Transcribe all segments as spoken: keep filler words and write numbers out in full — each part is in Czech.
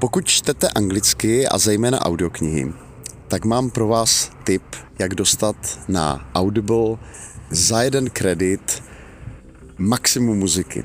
Pokud čtete anglicky a zejména audioknihy, tak mám pro vás tip, jak dostat na Audible za jeden kredit maximum muziky.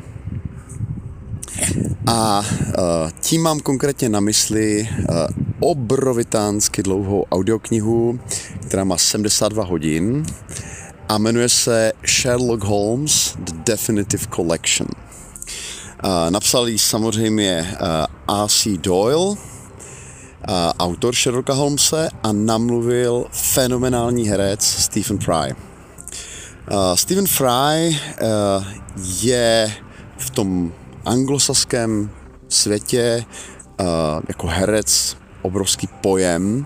A tím mám konkrétně na mysli obrovitánsky dlouhou audioknihu, která má sedmdesát dva hodin a jmenuje se Sherlock Holmes The Definitive Collection. Napsal ji samozřejmě Arthur Doyle, autor Sherlocka Holmese, a namluvil fenomenální herec Stephen Fry. Stephen Fry je v tom anglosaském světě jako herec obrovský pojem.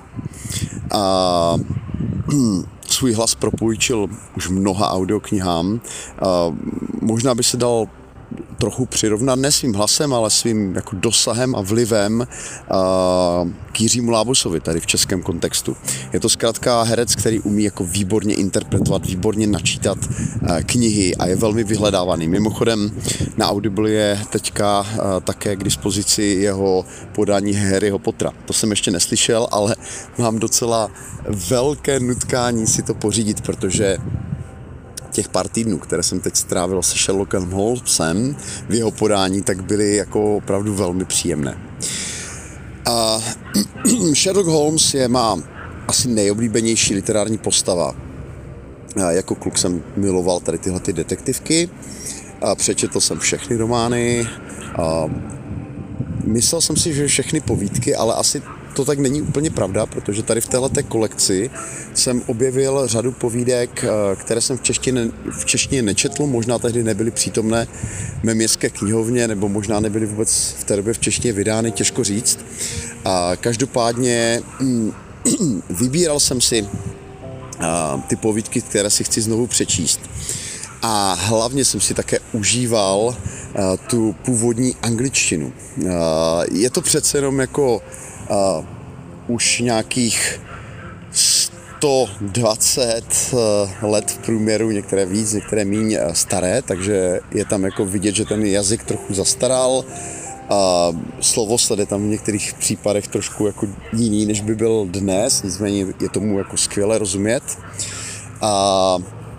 Svůj hlas propůjčil už mnoha audioknihám. Možná by se dal trochu přirovnat ne svým hlasem, ale svým jako dosahem a vlivem k Jiřímu Lábusovi tady v českém kontextu. Je to zkrátka herec, který umí jako výborně interpretovat, výborně načítat knihy a je velmi vyhledávaný. Mimochodem na Audible je teďka také k dispozici jeho podání Harryho Pottera. To jsem ještě neslyšel, ale mám docela velké nutkání si to pořídit, protože těch pár týdnů, které jsem teď strávil se Sherlockem Holmesem v jeho podání, tak byly jako opravdu velmi příjemné. A Sherlock Holmes je má asi nejoblíbenější literární postava. A jako kluk jsem miloval tady tyhle ty detektivky. A přečetl jsem všechny romány. A myslel jsem si, že všechny povídky, ale asi to tak není úplně pravda, protože tady v téhleté kolekci jsem objevil řadu povídek, které jsem v češtině, v češtině nečetl, možná tehdy nebyly přítomné v mé městské knihovně, nebo možná nebyly vůbec v té době v češtině vydány, těžko říct. A každopádně vybíral jsem si ty povídky, které si chci znovu přečíst. A hlavně jsem si také užíval uh, tu původní angličtinu. Uh, je to přece jenom jako uh, už nějakých sto dvacet uh, let v průměru, některé víc, některé míň uh, staré, takže je tam jako vidět, že ten jazyk trochu zastaral. Uh, slovosled je tam v některých případech trošku jako jiný, než by byl dnes, nicméně je tomu jako skvěle rozumět. Uh,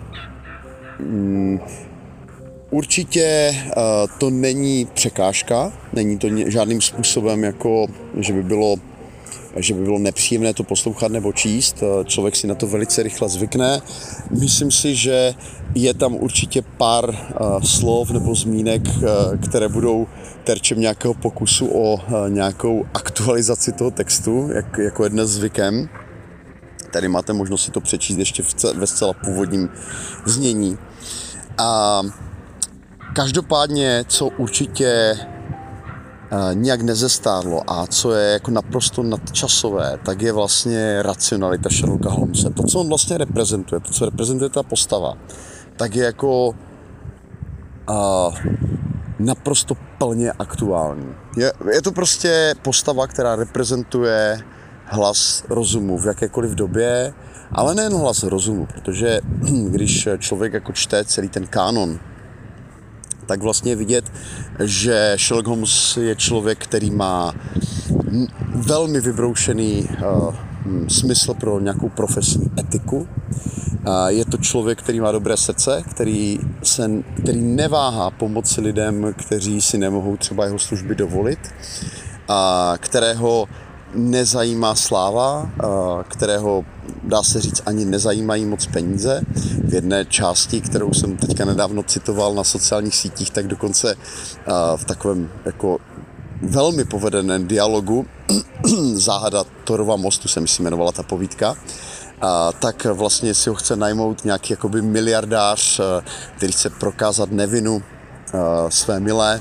Určitě to není překážka, není to žádným způsobem jako, že by bylo, že by bylo nepříjemné to poslouchat nebo číst, člověk si na to velice rychle zvykne. Myslím si, že je tam určitě pár slov nebo zmínek, které budou terčem nějakého pokusu o nějakou aktualizaci toho textu, jak, jako je dnes zvykem. Tady máte možnost si to přečíst ještě ve zcela původním znění. A každopádně, co určitě nijak nezestárlo a co je jako naprosto nadčasové, tak je vlastně racionalita Sherlocka Holmese. To, co on vlastně reprezentuje, to, co reprezentuje ta postava, tak je jako uh, naprosto plně aktuální. Je, je to prostě postava, která reprezentuje hlas rozumu v jakékoliv době, ale nejen hlas rozumu, protože když člověk jako čte celý ten kánon, tak vlastně je vidět, že Sherlock Holmes je člověk, který má velmi vybroušený uh, smysl pro nějakou profesní etiku. Uh, je to člověk, který má dobré srdce, který, se, který neváhá pomoci lidem, kteří si nemohou třeba jeho služby dovolit, a kterého nezajímá sláva, kterého, dá se říct, ani nezajímají moc peníze. V jedné části, kterou jsem teďka nedávno citoval na sociálních sítích, tak dokonce v takovém jako velmi povedeném dialogu Záhada Thorova mostu se mi si jmenovala ta povídka, tak vlastně si ho chce najmout nějaký jakoby miliardář, který chce prokázat nevinu své milé,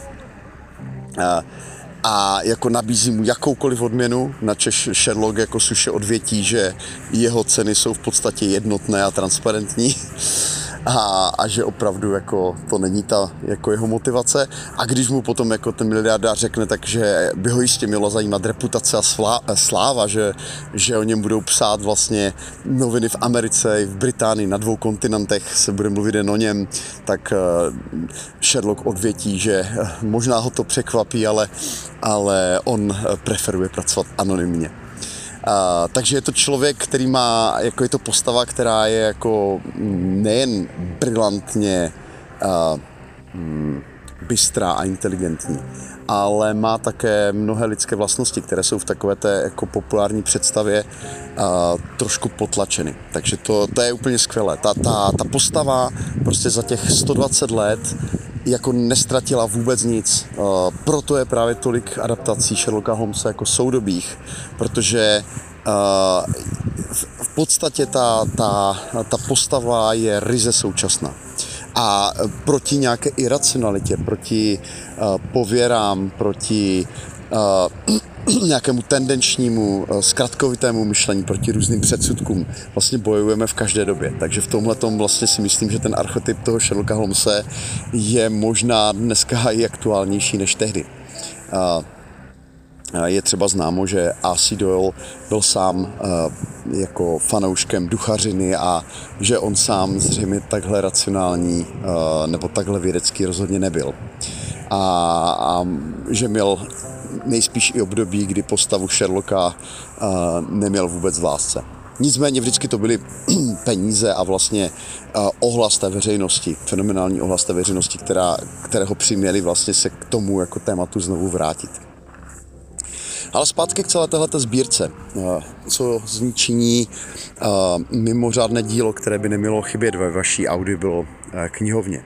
a jako nabízí mu jakoukoliv odměnu, načež Sherlock jako suše odvětí, že jeho ceny jsou v podstatě jednotné a transparentní. a, a že opravdu jako to není ta jako jeho motivace. A když mu potom jako ten miliardář řekne, takže by ho jistě mělo zajímat reputace a slá, sláva, že, že o něm budou psát vlastně noviny v Americe i v Británii, na dvou kontinentech se bude mluvit jen o něm, tak Sherlock odvětí, že možná ho to překvapí, ale, ale on preferuje pracovat anonymně. Uh, takže je to člověk, který má, jako je to postava, která je jako nejen brilantně uh, hmm, bystrá a inteligentní, ale má také mnohé lidské vlastnosti, které jsou v takové té jako populární představě uh, trošku potlačeny. Takže to, to je úplně skvělé. Ta, ta, ta postava prostě za těch sto dvacet let jako nestratila vůbec nic. Uh, proto je právě tolik adaptací Sherlocka Holmesa jako soudobých, protože uh, v, v podstatě ta, ta, ta postava je ryze současná. A proti nějaké iracionalitě, proti uh, pověrám, proti uh, nějakému tendenčnímu, uh, zkratkovitému myšlení, proti různým předsudkům vlastně bojujeme v každé době. Takže v tomhletom vlastně si myslím, že ten archetyp toho Sherlocka Holmese je možná dneska i aktuálnější než tehdy. Uh, Je třeba známo, že Arthur Doyle byl sám uh, jako fanouškem duchařiny a že on sám zřejmě takhle racionální uh, nebo takhle vědecký rozhodně nebyl. A, a že měl nejspíš i období, kdy postavu Sherlocka uh, neměl vůbec v lásce. Nicméně vždycky to byly peníze a vlastně uh, ohlas té veřejnosti, fenomenální ohlas té veřejnosti, která, které ho přiměli vlastně se k tomu jako tématu znovu vrátit. Ale zpátky k celé téhleté sbírce, co z ní činí mimořádné dílo, které by nemělo chybět ve vaší Audible knihovně.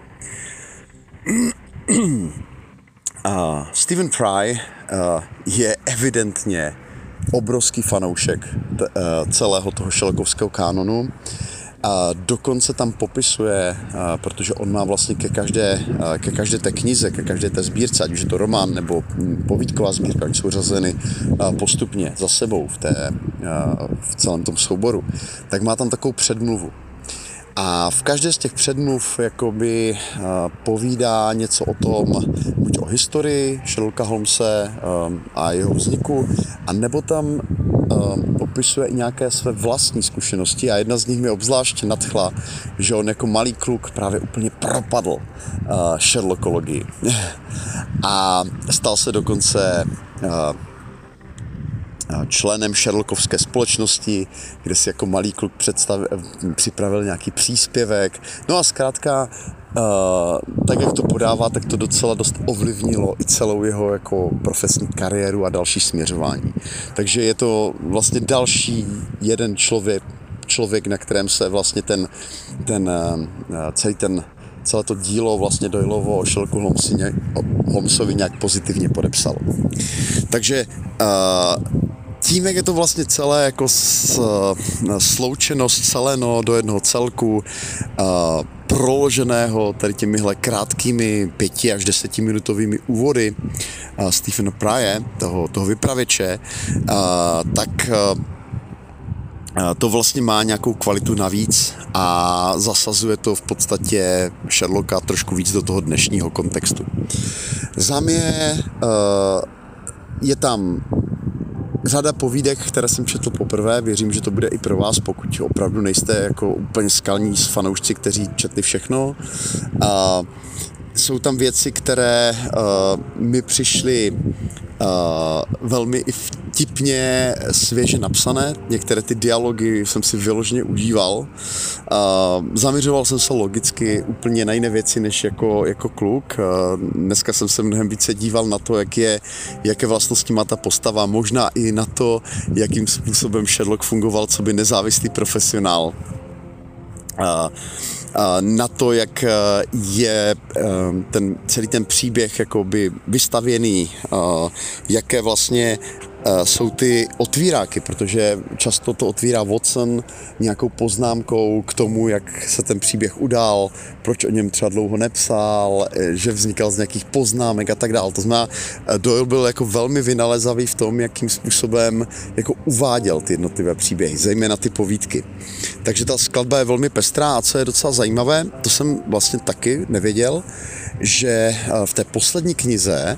Stephen Fry je evidentně obrovský fanoušek celého toho Sherlockovského kánonu. A dokonce tam popisuje, protože on má vlastně ke každé, ke každé té knize, ke každé té sbírce, ať už je to román nebo povídková sbírka, oni jsou řazeny postupně za sebou v, té, v celém tom souboru, tak má tam takovou předmluvu. A v každé z těch předmluv jakoby povídá něco o tom, buď o historii Sherlocka Holmese a jeho vzniku, a nebo tam popisuje i nějaké své vlastní zkušenosti a jedna z nich mě obzvlášť nadchla, že on jako malý kluk právě úplně propadl Sherlockologii a stal se dokonce členem Sherlockovské společnosti, kde si jako malý kluk představ, připravil nějaký příspěvek. No a zkrátka, uh, tak jak to podává, tak to docela dost ovlivnilo i celou jeho jako profesní kariéru a další směřování. Takže je to vlastně další jeden člověk, člověk, na kterém se vlastně ten, ten uh, celý ten celé to dílo vlastně Doyleovo o Sherlocku Holmesovi nějak pozitivně podepsalo. Takže uh, tím, jak je to vlastně celé jako s, sloučeno, sceleno do jednoho celku, uh, proloženého tady těmihle krátkými pěti až desetiminutovými úvody uh, Stephena Frye, toho, toho vypravěče, uh, tak uh, to vlastně má nějakou kvalitu navíc a zasazuje to v podstatě Sherlocka trošku víc do toho dnešního kontextu. Za mě uh, je tam řada povídek, které jsem četl poprvé, věřím, že to bude i pro vás, pokud opravdu nejste jako úplně skalní fanoušci, kteří četli všechno. Uh, jsou tam věci, které uh, mi přišly uh, velmi i vtipně svěže napsané. Některé ty dialogy jsem si vyloženě užíval. Uh, zaměřoval jsem se logicky úplně na jiné věci než jako, jako kluk. Uh, dneska jsem se mnohem více díval na to, jak je, jaké vlastnosti má ta postava, možná i na to, jakým způsobem Sherlock fungoval co by nezávislý profesionál. Uh, na to, jak je ten, celý ten příběh jakoby vystavěný, jaké vlastně jsou ty otvíráky, protože často to otvírá Watson nějakou poznámkou k tomu, jak se ten příběh udál, proč o něm třeba dlouho nepsal, že vznikal z nějakých poznámek a tak dále. To znamená, Doyle byl jako velmi vynalezavý v tom, jakým způsobem jako uváděl ty jednotlivé příběhy, zejména ty povídky. Takže ta skladba je velmi pestrá a co je docela zajímavé, to jsem vlastně taky nevěděl, že v té poslední knize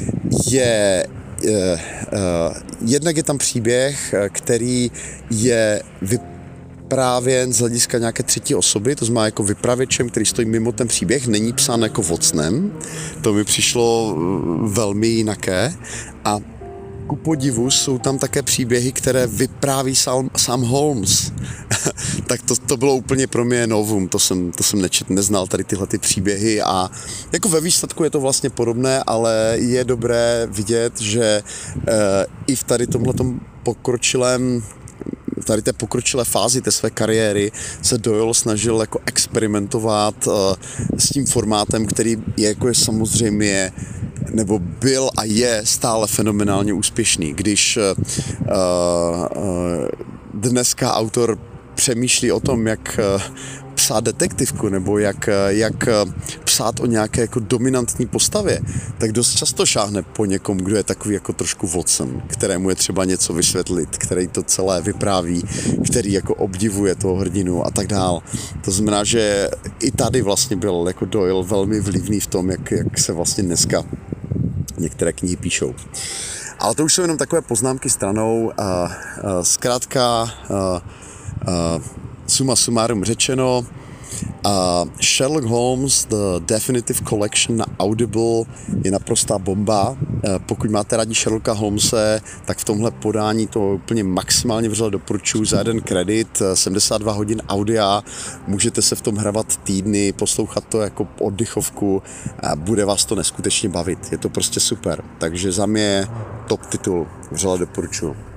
je Uh, uh, jednak je tam příběh, který je vyprávěn z hlediska nějaké třetí osoby, to znamená jako vypravěčem, který stojí mimo ten příběh, není psán jako Watsonem, to mi přišlo velmi jinaké a ku podivu jsou tam také příběhy, které vypráví Sam, Sam Holmes. Tak to, to bylo úplně pro mě novum, to jsem, to jsem nečet, neznal tady tyhle ty příběhy a jako ve výsledku je to vlastně podobné, ale je dobré vidět, že e, i v tady tomhletom pokročilém tady té pokročilé fázi té své kariéry se Doyle snažil jako experimentovat uh, s tím formátem, který je jako je samozřejmě nebo byl a je stále fenomenálně úspěšný. Když uh, uh, dneska autor přemýšlí o tom, jak uh, psát detektivku nebo jak, jak psát o nějaké jako dominantní postavě, tak dost často šáhne po někom, kdo je takový jako trošku Watson, kterému je třeba něco vysvětlit, který to celé vypráví, který jako obdivuje toho hrdinu a tak dál. To znamená, že i tady vlastně byl jako Doyle velmi vlivný v tom, jak, jak se vlastně dneska některé knihy píšou. Ale to už jsou jenom takové poznámky stranou. A, a, zkrátka a, a, suma sumárum řečeno, uh, Sherlock Holmes The Definitive Collection na Audible je naprostá bomba. Uh, pokud máte rádi Sherlocka Holmese, tak v tomhle podání to úplně maximálně vřele doporučuji za jeden kredit. sedmdesát dva hodin audia, můžete se v tom hravat týdny, poslouchat to jako oddychovku a bude vás to neskutečně bavit. Je to prostě super. Takže za mě top titul, vřele doporučuji.